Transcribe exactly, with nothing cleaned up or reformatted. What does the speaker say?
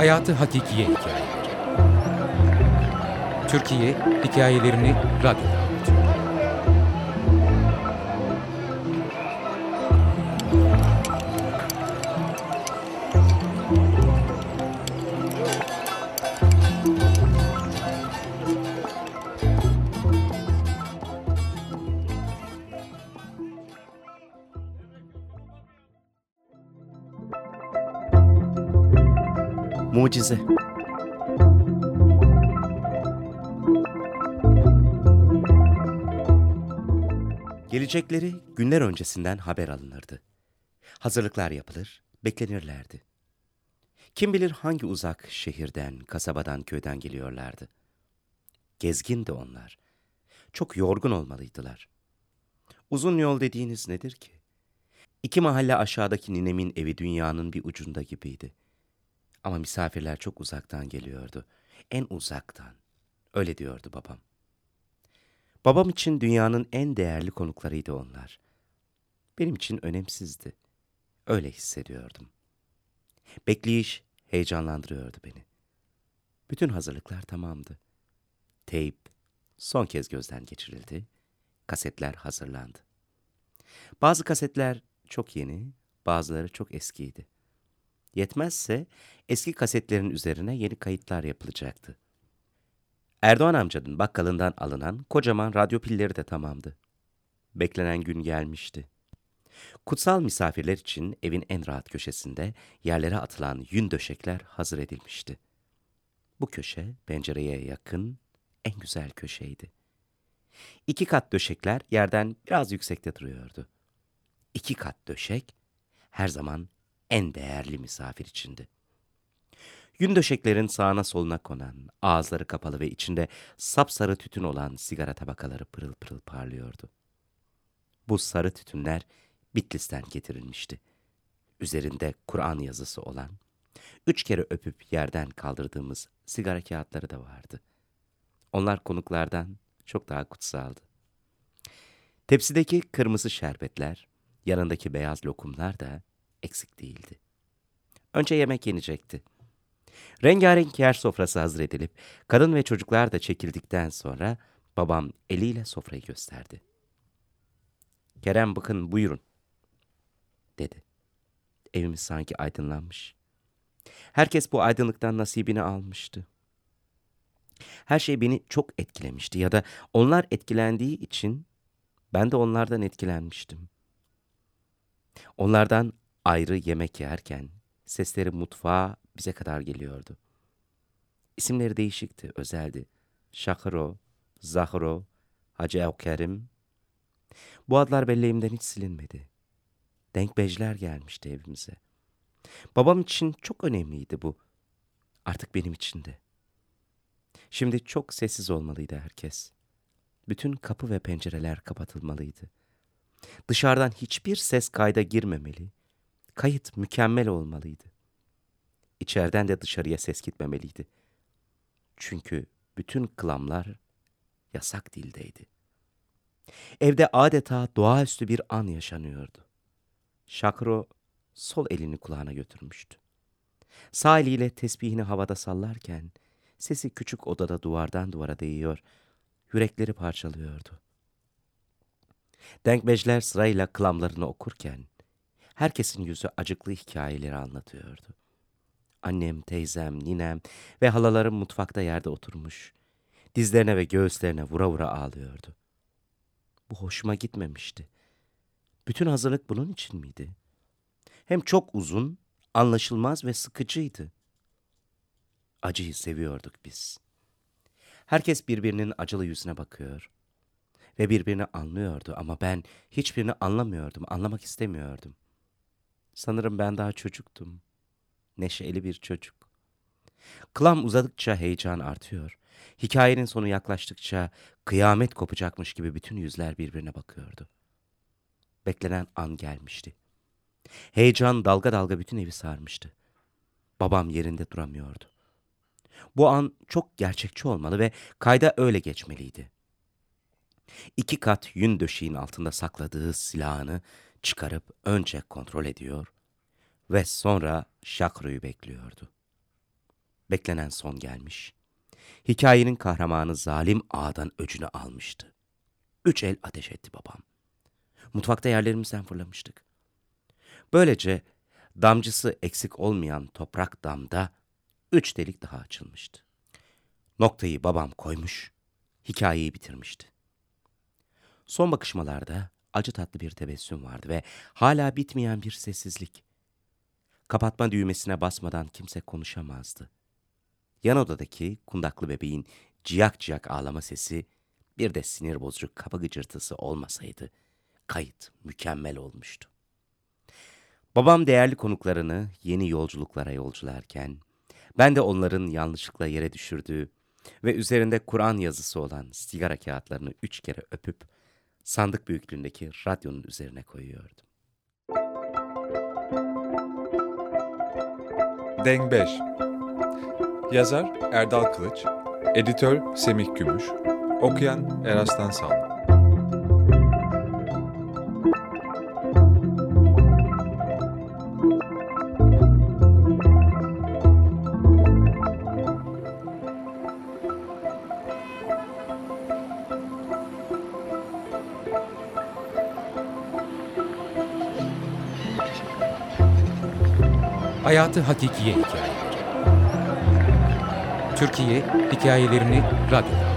Hayatı Hakikiye Hikayeleri. Türkiye hikayelerini radyoda anlatıyor. Mucize. Gelecekleri günler öncesinden haber alınırdı. Hazırlıklar yapılır, beklenirlerdi. Kim bilir hangi uzak şehirden, kasabadan, köyden geliyorlardı. Gezgindi onlar. Çok yorgun olmalıydılar. Uzun yol dediğiniz nedir ki? İki mahalle aşağıdaki ninemin evi dünyanın bir ucunda gibiydi. Ama misafirler çok uzaktan geliyordu. En uzaktan. Öyle diyordu babam. Babam için dünyanın en değerli konuklarıydı onlar. Benim için önemsizdi. Öyle hissediyordum. Bekleyiş heyecanlandırıyordu beni. Bütün hazırlıklar tamamdı. Teyp son kez gözden geçirildi. Kasetler hazırlandı. Bazı kasetler çok yeni, bazıları çok eskiydi. Yetmezse eski kasetlerin üzerine yeni kayıtlar yapılacaktı. Erdoğan amcanın bakkalından alınan kocaman radyo pilleri de tamamdı. Beklenen gün gelmişti. Kutsal misafirler için evin en rahat köşesinde yerlere atılan yün döşekler hazır edilmişti. Bu köşe pencereye yakın en güzel köşeydi. İki kat döşekler yerden biraz yüksekte duruyordu. İki kat döşek her zaman en değerli misafir içindi. Yün döşeklerin sağına soluna konan, ağızları kapalı ve içinde sapsarı tütün olan sigara tabakaları pırıl pırıl parlıyordu. Bu sarı tütünler Bitlis'ten getirilmişti. Üzerinde Kur'an yazısı olan, üç kere öpüp yerden kaldırdığımız sigara kağıtları da vardı. Onlar konuklardan çok daha kutsaldı. Tepsideki kırmızı şerbetler, yanındaki beyaz lokumlar da eksik değildi. Önce yemek yenecekti. Rengarenk yer sofrası hazır edilip, kadın ve çocuklar da çekildikten sonra babam eliyle sofrayı gösterdi. "Kerem bakın buyurun," dedi. Evimiz sanki aydınlanmış. Herkes bu aydınlıktan nasibini almıştı. Her şey beni çok etkilemişti ya da onlar etkilendiği için ben de onlardan etkilenmiştim. Onlardan ayrı yemek yerken sesleri mutfağa bize kadar geliyordu. İsimleri değişikti, özeldi. Şakro, Zahro, Hacı Evkerim. Bu adlar belleğimden hiç silinmedi. Denkbejler gelmişti evimize. Babam için çok önemliydi bu. Artık benim için de. Şimdi çok sessiz olmalıydı herkes. Bütün kapı ve pencereler kapatılmalıydı. Dışarıdan hiçbir ses kayda girmemeli. Kayıt mükemmel olmalıydı. İçeriden de dışarıya ses gitmemeliydi. Çünkü bütün kılamlar yasak dildeydi. Evde adeta doğaüstü bir an yaşanıyordu. Şakro sol elini kulağına götürmüştü. Sağ eliyle tesbihini havada sallarken sesi küçük odada duvardan duvara değiyor, yürekleri parçalıyordu. Denkbejler sırayla kılamlarını okurken herkesin yüzü acıklı hikayeleri anlatıyordu. Annem, teyzem, ninem ve halalarım mutfakta yerde oturmuş, dizlerine ve göğüslerine vura vura ağlıyordu. Bu hoşuma gitmemişti. Bütün hazırlık bunun için miydi? Hem çok uzun, anlaşılmaz ve sıkıcıydı. Acıyı seviyorduk biz. Herkes birbirinin acılı yüzüne bakıyor ve birbirini anlıyordu ama ben hiçbirini anlamıyordum, anlamak istemiyordum. Sanırım ben daha çocuktum. Neşeli bir çocuk. Kılam uzadıkça heyecan artıyor. Hikayenin sonu yaklaştıkça kıyamet kopacakmış gibi bütün yüzler birbirine bakıyordu. Beklenen an gelmişti. Heyecan dalga dalga bütün evi sarmıştı. Babam yerinde duramıyordu. Bu an çok gerçekçi olmalı ve kayda öyle geçmeliydi. İki kat yün döşeğin altında sakladığı silahını çıkarıp önce kontrol ediyor ve sonra Şakro'yu bekliyordu. Beklenen son gelmiş. Hikayenin kahramanı zalim ağadan öcünü almıştı. Üç el ateş etti babam. Mutfakta yerlerimizden fırlamıştık. Böylece damcısı eksik olmayan toprak damda üç delik daha açılmıştı. Noktayı babam koymuş, hikayeyi bitirmişti. Son bakışmalarda acı tatlı bir tebessüm vardı ve hala bitmeyen bir sessizlik. Kapatma düğmesine basmadan kimse konuşamazdı. Yan odadaki kundaklı bebeğin ciyak ciyak ağlama sesi, bir de sinir bozucu kapı gıcırtısı olmasaydı, kayıt mükemmel olmuştu. Babam değerli konuklarını yeni yolculuklara yolcularken, ben de onların yanlışlıkla yere düşürdüğü ve üzerinde Kur'an yazısı olan sigara kağıtlarını üç kere öpüp, sandık büyüklüğündeki radyonun üzerine koyuyordum. Denk beş. Yazar Erdal Kılıç, editör Semih Gümüş, okuyan Eraslan Sal. Hayatı Hakikiye Hikayeleri. Türkiye hikayelerini radyoda.